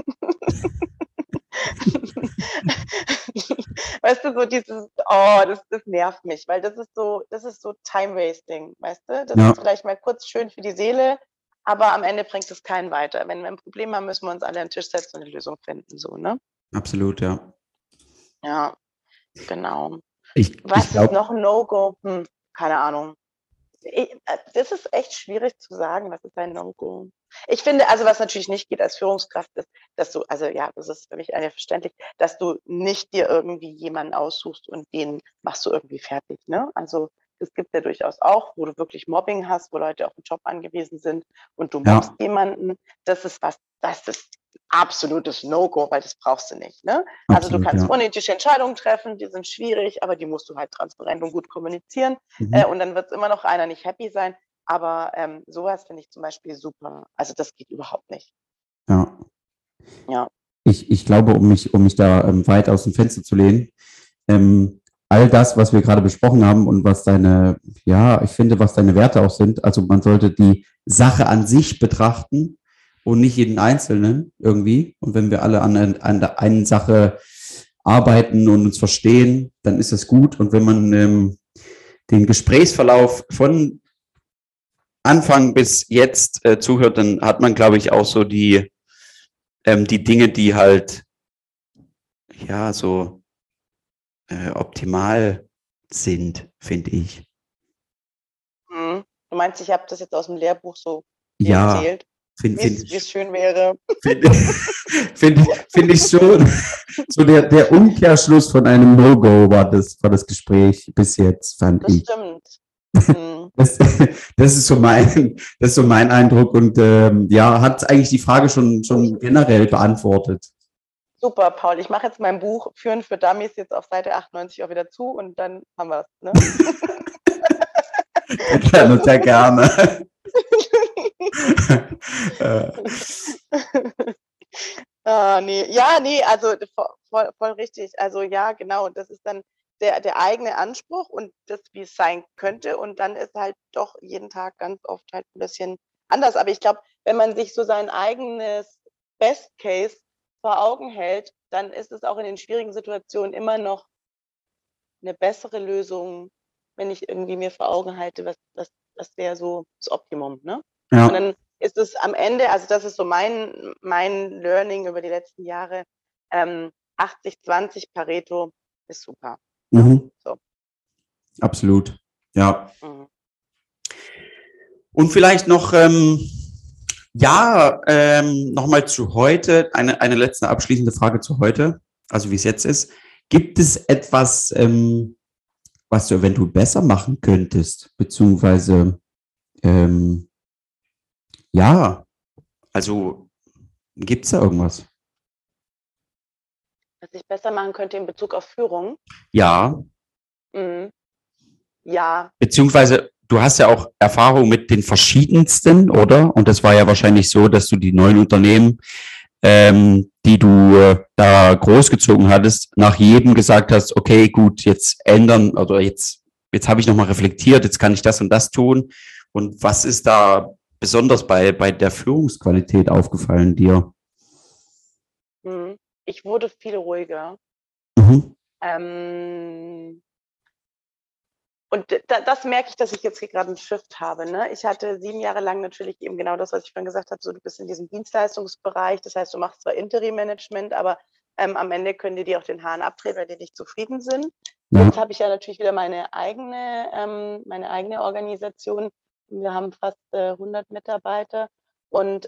Weißt du, so dieses, das nervt mich, weil das ist so Time-Wasting, weißt du? Das Ja, ist vielleicht mal kurz schön für die Seele, aber am Ende bringt es keinen weiter. Wenn wir ein Problem haben, müssen wir uns alle an den Tisch setzen und eine Lösung finden, so, ne? absolut, ja. Ja, genau. Ich Was ist glaube, noch ein No-Go? Keine Ahnung. Das ist echt schwierig zu sagen, was ist ein No-Go? Ich finde, also was natürlich nicht geht als Führungskraft ist, dass du, also ja, das ist für mich eigentlich verständlich, dass du nicht dir irgendwie jemanden aussuchst und den machst du irgendwie fertig, ne? Also es gibt ja durchaus auch, wo du wirklich Mobbing hast, wo Leute auf den Job angewiesen sind und du mobbst ja, jemanden. Das ist absolutes No-Go, weil das brauchst du nicht, ne? Also du absolut, kannst ja. unethische Entscheidungen treffen, die sind schwierig, aber die musst du halt transparent und gut kommunizieren. Mhm. Und dann wird es immer noch einer nicht happy sein. Aber sowas finde ich zum Beispiel super. Also das geht überhaupt nicht. Ja. Ja. Ich glaube, um mich da weit aus dem Fenster zu lehnen, all das, was wir gerade besprochen haben und was ich finde, was deine Werte auch sind, also man sollte die Sache an sich betrachten und nicht jeden Einzelnen irgendwie. Und wenn wir alle an der einen Sache arbeiten und uns verstehen, dann ist das gut. Und wenn man den Gesprächsverlauf von Anfang bis jetzt zuhört, dann hat man, glaube ich, auch so die Dinge, die halt ja so optimal sind, finde ich. Du meinst, ich habe das jetzt aus dem Lehrbuch so Ja, erzählt, finde wie find es schön wäre. find ich schon. So der Umkehrschluss von einem No-Go war das Gespräch bis jetzt, fand Das ich. stimmt. Das ist so mein Eindruck und hat eigentlich die Frage schon generell beantwortet. Super, Paul. Ich mache jetzt mein Buch Führen für Dummies jetzt auf Seite 98 auch wieder zu und dann haben wir es. Ne? Sehr gerne. Nee. Ja, nee, also voll richtig. Also ja, genau. Das ist dann der eigene Anspruch und das, wie es sein könnte. Und dann ist halt doch jeden Tag ganz oft halt ein bisschen anders. Aber ich glaube, wenn man sich so sein eigenes Best Case vor Augen hält, dann ist es auch in den schwierigen Situationen immer noch eine bessere Lösung, wenn ich irgendwie mir vor Augen halte, was wäre so das Optimum, ne? Und Ja. dann ist es am Ende, also das ist so mein Learning über die letzten Jahre, 80-20 Pareto ist super. Ne? Mhm. So. Absolut. Ja. Mhm. Und vielleicht noch, nochmal zu heute, eine letzte abschließende Frage zu heute, also wie es jetzt ist. Gibt es etwas, was du eventuell besser machen könntest, beziehungsweise, also gibt es da irgendwas? Was ich besser machen könnte in Bezug auf Führung. Ja, Mhm. Ja, beziehungsweise du hast ja auch Erfahrung mit den verschiedensten, oder? Und das war ja wahrscheinlich so, dass du die neuen Unternehmen, die du da großgezogen hattest, nach jedem gesagt hast, okay, gut, jetzt ändern oder jetzt habe ich nochmal reflektiert, jetzt kann ich das und das tun. Und was ist da besonders bei der Führungsqualität aufgefallen dir? ich wurde viel ruhiger. Mhm. Und das merke ich, dass ich jetzt hier gerade einen Shift habe. Ne? Ich hatte 7 Jahre lang natürlich eben genau das, was ich vorhin gesagt habe, so du bist in diesem Dienstleistungsbereich, das heißt, du machst zwar Interim-Management, aber am Ende können die dir auch den Hahn abdrehen, weil die nicht zufrieden sind. Ja. Jetzt habe ich ja natürlich wieder meine eigene Organisation. Wir haben fast 100 Mitarbeiter und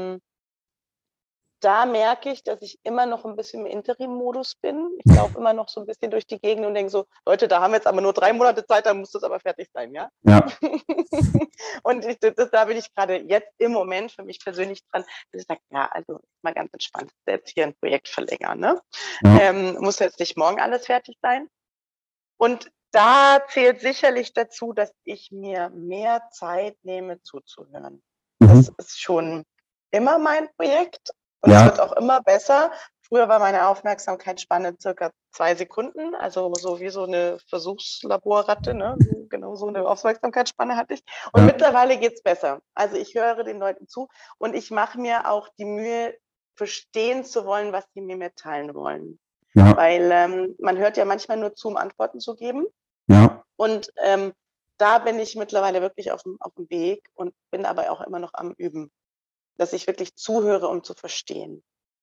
da merke ich, dass ich immer noch ein bisschen im Interim-Modus bin. Ich laufe immer noch so ein bisschen durch die Gegend und denke so, Leute, da haben wir jetzt aber nur 3 Monate Zeit, dann muss das aber fertig sein, ja? Ja. Und da bin ich gerade jetzt im Moment für mich persönlich dran, dass ich sage, ja, also mal ganz entspannt, jetzt hier ein Projekt verlängern, ne? Ja. Muss jetzt nicht morgen alles fertig sein. Und da zählt sicherlich dazu, dass ich mir mehr Zeit nehme, zuzuhören. Das ist schon immer mein Projekt. Und es wird auch immer besser. Früher war meine Aufmerksamkeitsspanne circa 2 Sekunden, also so wie so eine Versuchslaborratte, ne? Genau so eine Aufmerksamkeitsspanne hatte ich. Und mittlerweile geht's besser. Also ich höre den Leuten zu und ich mache mir auch die Mühe, verstehen zu wollen, was die mir mitteilen wollen. Ja. Weil man hört ja manchmal nur zu, um Antworten zu geben. Ja. Und da bin ich mittlerweile wirklich auf dem Weg und bin aber auch immer noch am Üben, dass ich wirklich zuhöre, um zu verstehen.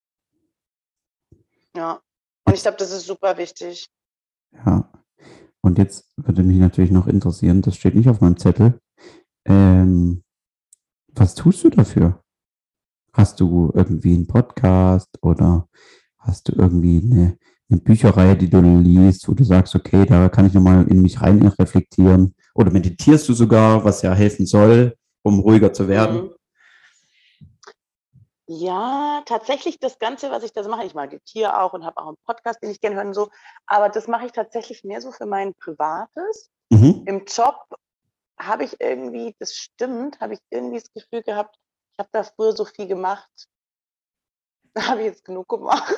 Ja, und ich glaube, das ist super wichtig. Ja, und jetzt würde mich natürlich noch interessieren, das steht nicht auf meinem Zettel, was tust du dafür? Hast du irgendwie einen Podcast oder hast du irgendwie eine Bücherreihe, die du liest, wo du sagst, okay, da kann ich nochmal in mich rein reflektieren? Oder meditierst du sogar, was ja helfen soll, um ruhiger zu werden? Ja, tatsächlich das Ganze, was ich da so mache, ich meditiere auch und habe auch einen Podcast, den ich gerne höre und so, aber das mache ich tatsächlich mehr so für mein Privates. Im Job habe ich irgendwie, das stimmt, habe ich irgendwie das Gefühl gehabt, ich habe da früher so viel gemacht. Da habe ich jetzt genug gemacht.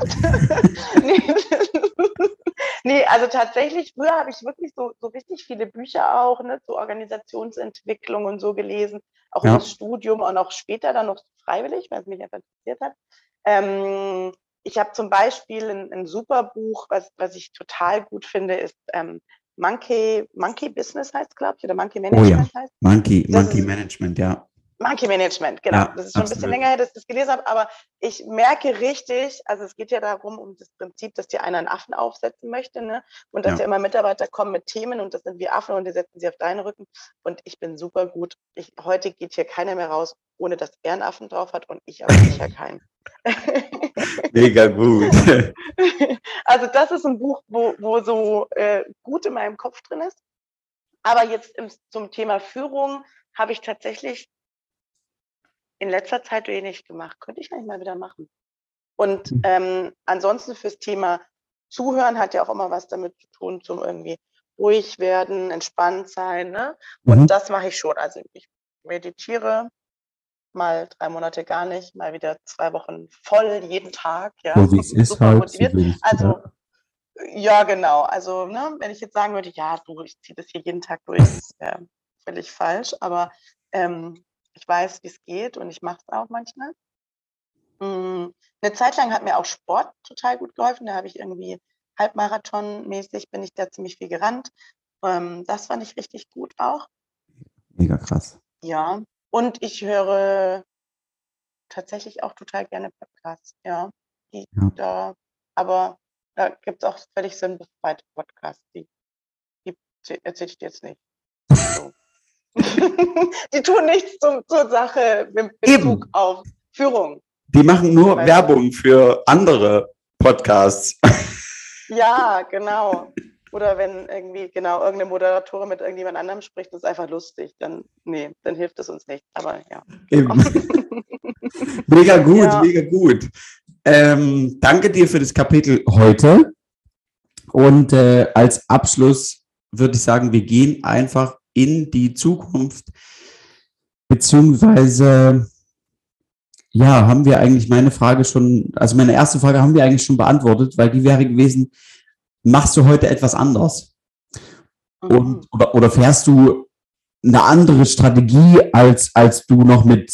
Nee, also tatsächlich, früher habe ich wirklich so richtig viele Bücher auch, ne, zur Organisationsentwicklung und so gelesen, auch Ja. im Studium und auch später dann noch freiwillig, weil es mich einfach interessiert hat. Ich habe zum Beispiel ein super Buch, was ich total gut finde, ist Monkey Business heißt es, glaube ich, oder Monkey Management heißt es. Monkey Management, ja. Monkey Management, genau. Ja, das ist schon ein bisschen länger her, dass ich das gelesen habe, aber ich merke richtig, also es geht ja darum, um das Prinzip, dass dir einer einen Affen aufsetzen möchte, ne? Und dass ja immer Mitarbeiter kommen mit Themen und das sind wie Affen und die setzen sie auf deinen Rücken. Und ich bin super gut. Heute geht hier keiner mehr raus, ohne dass er einen Affen drauf hat und ich aber sicher keinen. Mega gut. Also das ist ein Buch, wo so gut in meinem Kopf drin ist. Aber jetzt zum Thema Führung habe ich tatsächlich in letzter Zeit wenig gemacht. Könnte ich eigentlich mal wieder machen. Und ansonsten fürs Thema Zuhören hat ja auch immer was damit zu tun, zum irgendwie ruhig werden, entspannt sein. Ne? Und das mache ich schon. Also ich meditiere mal 3 Monate gar nicht, mal wieder 2 Wochen voll jeden Tag. Ja, so wie es ist super halt. motiviert. Also ja, genau. Also ne, wenn ich jetzt sagen würde, ja, du, ich ziehe das hier jeden Tag durch, das wäre völlig falsch. Aber ich weiß, wie es geht und ich mache es auch manchmal. Eine Zeit lang hat mir auch Sport total gut geholfen. Da habe ich irgendwie Halbmarathon-mäßig bin ich da ziemlich viel gerannt. Das fand ich richtig gut auch. Mega krass. Ja, und ich höre tatsächlich auch total gerne Podcasts. Ja, aber da gibt es auch völlig sinnbefreite Podcasts. Die erzähle ich dir jetzt nicht. So. Die tun nichts zur Sache mit Bezug auf Führung. Die machen nur Werbung für andere Podcasts. Ja, genau. Oder wenn irgendwie, irgendeine Moderatorin mit irgendjemand anderem spricht, das ist einfach lustig. Dann hilft es uns nicht. Aber ja. Eben. Mega gut, mega gut. Danke dir für das Kapitel heute. Und als Abschluss würde ich sagen, wir gehen einfach in die Zukunft, beziehungsweise haben wir eigentlich meine erste Frage haben wir eigentlich schon beantwortet, weil die wäre gewesen, machst du heute etwas anders? Oder fährst du eine andere Strategie, als du noch mit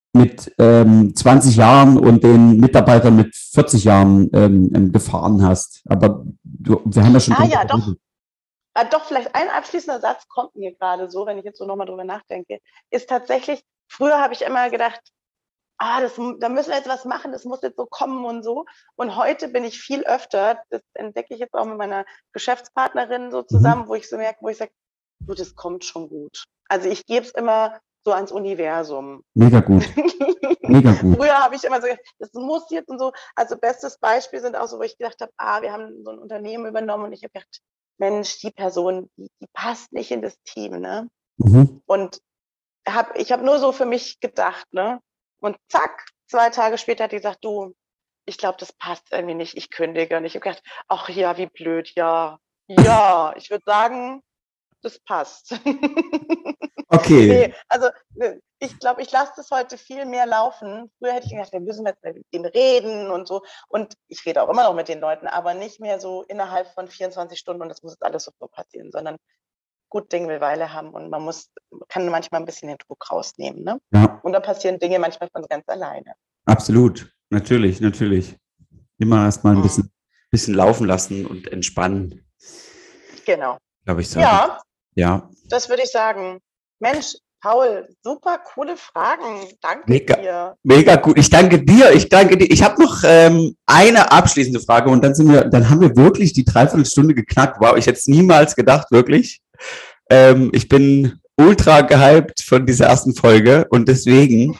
20 Jahren und den Mitarbeitern mit 40 Jahren gefahren hast? Aber wir haben ja schon... Ja, doch. Doch, vielleicht ein abschließender Satz kommt mir gerade so, wenn ich jetzt so nochmal drüber nachdenke, ist tatsächlich, früher habe ich immer gedacht, da müssen wir jetzt was machen, das muss jetzt so kommen und so. Und heute bin ich viel öfter, das entdecke ich jetzt auch mit meiner Geschäftspartnerin so zusammen, wo ich so merke, wo ich sage, du, das kommt schon gut. Also ich gebe es immer so ans Universum. Mega gut. Mega gut. Früher habe ich immer so gedacht, das muss jetzt und so. Also bestes Beispiel sind auch so, wo ich gedacht habe, wir haben so ein Unternehmen übernommen und ich habe gedacht, Mensch, die Person, die passt nicht in das Team, ne? Und ich habe nur so für mich gedacht, ne? Und zack, 2 Tage später hat die gesagt, du, ich glaube, das passt irgendwie nicht, ich kündige. Und ich habe gedacht, ach ja, wie blöd, ja, ich würde sagen, das passt. Okay. Nee, also ich glaube, ich lasse das heute viel mehr laufen. Früher hätte ich gedacht, wir müssen jetzt mit denen reden und so. Und ich rede auch immer noch mit den Leuten, aber nicht mehr so innerhalb von 24 Stunden und das muss jetzt alles so passieren, sondern gut Ding will Weile haben und kann manchmal ein bisschen den Druck rausnehmen. Ne? Ja. Und da passieren Dinge manchmal von ganz alleine. Absolut, natürlich. Immer erstmal ein bisschen laufen lassen und entspannen. Genau. Glaube ich so. Ja, das würde ich sagen. Mensch, Paul, super coole Fragen. Danke dir. Mega gut. Ich danke dir. Ich habe noch eine abschließende Frage und dann haben wir wirklich die 3/4 geknackt. Wow, ich hätte es niemals gedacht, wirklich. Ich bin ultra gehypt von dieser ersten Folge und deswegen,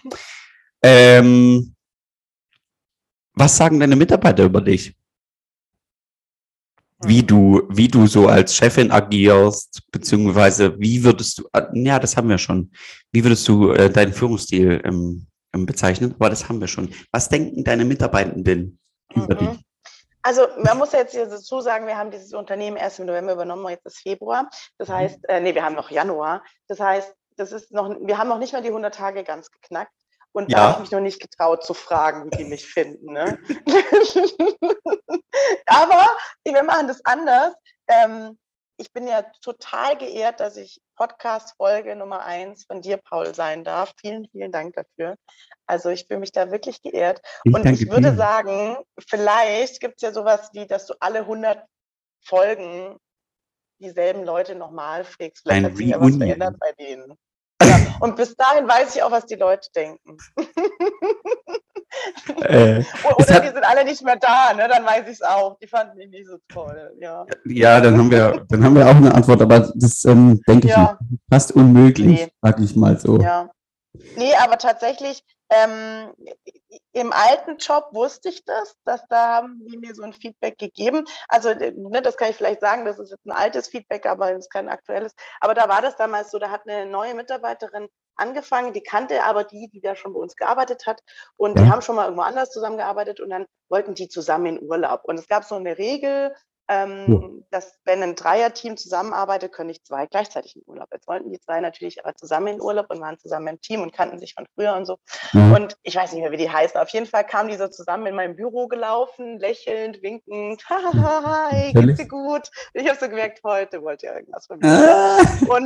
was sagen deine Mitarbeiter über dich? Wie du so als Chefin agierst, beziehungsweise wie würdest du, das haben wir schon, wie würdest du deinen Führungsstil bezeichnen? Aber das haben wir schon. Was denken deine Mitarbeitenden über dich? Also man muss ja jetzt hier dazu sagen, wir haben dieses Unternehmen erst im November übernommen, jetzt ist Februar. Das heißt, wir haben noch Januar. Das heißt, wir haben noch nicht mal die 100 Tage ganz geknackt. Und da habe ich mich noch nicht getraut zu fragen, wie die mich finden. Ne? Aber wir machen das anders. Ich bin ja total geehrt, dass ich Podcast-Folge Nummer 1 von dir, Paul, sein darf. Vielen, vielen Dank dafür. Also ich fühle mich da wirklich geehrt. Und ich würde sagen, vielleicht gibt es ja sowas wie, dass du alle 100 Folgen dieselben Leute nochmal fragst. Vielleicht hat sich ja was verändert bei denen. Ja, und bis dahin weiß ich auch, was die Leute denken. Oder die sind alle nicht mehr da, ne? Dann weiß ich es auch. Die fanden mich nicht so toll. Ja, dann haben wir auch eine Antwort, aber das denke ich nicht. Fast unmöglich, sag ich mal so. Ja. Nee, aber tatsächlich, im alten Job wusste ich dass da haben die mir so ein Feedback gegeben. Also, ne, das kann ich vielleicht sagen, das ist jetzt ein altes Feedback, aber es ist kein aktuelles. Aber da war das damals so, da hat eine neue Mitarbeiterin angefangen, die kannte aber die da schon bei uns gearbeitet hat und die haben schon mal irgendwo anders zusammengearbeitet und dann wollten die zusammen in Urlaub. Und es gab so eine Regel, dass wenn ein Dreierteam zusammenarbeitet, können nicht 2 gleichzeitig in Urlaub. Jetzt wollten die 2 natürlich aber zusammen in Urlaub und waren zusammen im Team und kannten sich von früher und so. Und ich weiß nicht mehr, wie die heißen. Auf jeden Fall kamen die so zusammen in meinem Büro gelaufen, lächelnd, winkend. Hi, geht's dir gut? Ich habe so gemerkt, heute wollt ihr irgendwas von mir.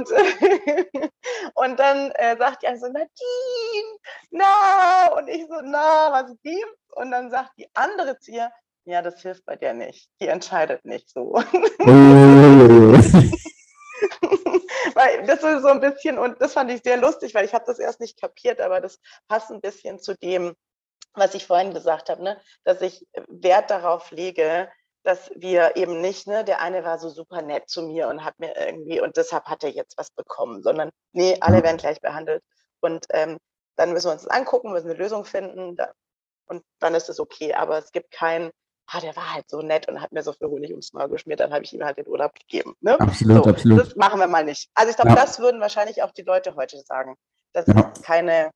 Und dann sagt die eine so, Nadine, na. Und ich so, na, was gibt's? Und dann sagt die andere zu ihr, ja, das hilft bei dir nicht. Die entscheidet nicht so. Weil das ist so ein bisschen, und das fand ich sehr lustig, weil ich habe das erst nicht kapiert, aber das passt ein bisschen zu dem, was ich vorhin gesagt habe, ne? Dass ich Wert darauf lege, dass wir eben nicht, ne, der eine war so super nett zu mir und hat mir irgendwie, und deshalb hat er jetzt was bekommen, sondern nee, alle werden gleich behandelt. Und dann müssen wir uns das angucken, müssen eine Lösung finden und dann ist es okay. Aber es gibt kein, der war halt so nett und hat mir so viel Honig ums Maul geschmiert, dann habe ich ihm halt den Urlaub gegeben. Ne? Absolut, so, absolut. Das machen wir mal nicht. Also ich glaube, das würden wahrscheinlich auch die Leute heute sagen, dass es keine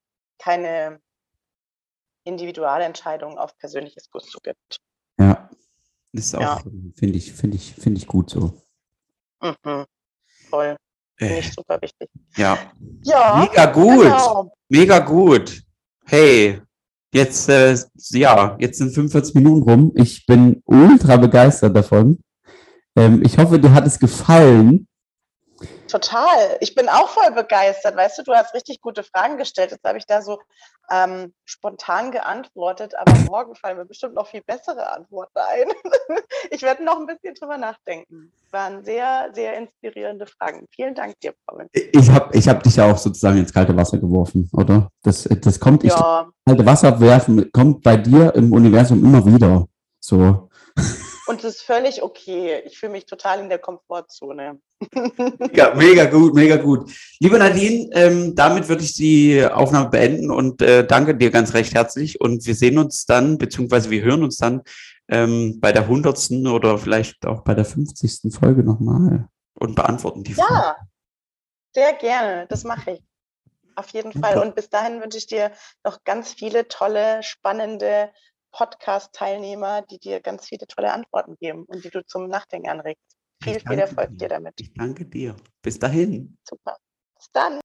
Individualentscheidung auf persönliches Gusto gibt. Ja, das ist auch, finde ich gut so. Mhm. Voll. Finde ich super wichtig. Ja. Mega gut. Genau. Mega gut. Hey. Jetzt sind 45 Minuten rum. Ich bin ultra begeistert davon. Ich hoffe, dir hat es gefallen. Total. Ich bin auch voll begeistert. Weißt du, du hast richtig gute Fragen gestellt. Jetzt habe ich da so spontan geantwortet, aber morgen fallen mir bestimmt noch viel bessere Antworten ein. Ich werde noch ein bisschen drüber nachdenken. Waren sehr, sehr inspirierende Fragen. Vielen Dank dir, Paul. Ich hab dich ja auch sozusagen ins kalte Wasser geworfen, oder? Das kommt, Ja. kalte Wasser werfen kommt bei dir im Universum immer wieder. So. Und das ist völlig okay. Ich fühle mich total in der Komfortzone. Ja, mega gut, mega gut. Liebe Nadine, damit würde ich die Aufnahme beenden und danke dir ganz recht herzlich. Und wir sehen uns dann, beziehungsweise wir hören uns dann bei der 100. oder vielleicht auch bei der 50. Folge nochmal und beantworten die Fragen. Ja, sehr gerne. Das mache ich. Auf jeden Fall. Und bis dahin wünsche ich dir noch ganz viele tolle, spannende Podcast-Teilnehmer, die dir ganz viele tolle Antworten geben und die du zum Nachdenken anregst. Viel Erfolg dir damit. Ich danke dir. Bis dahin. Super. Bis dann.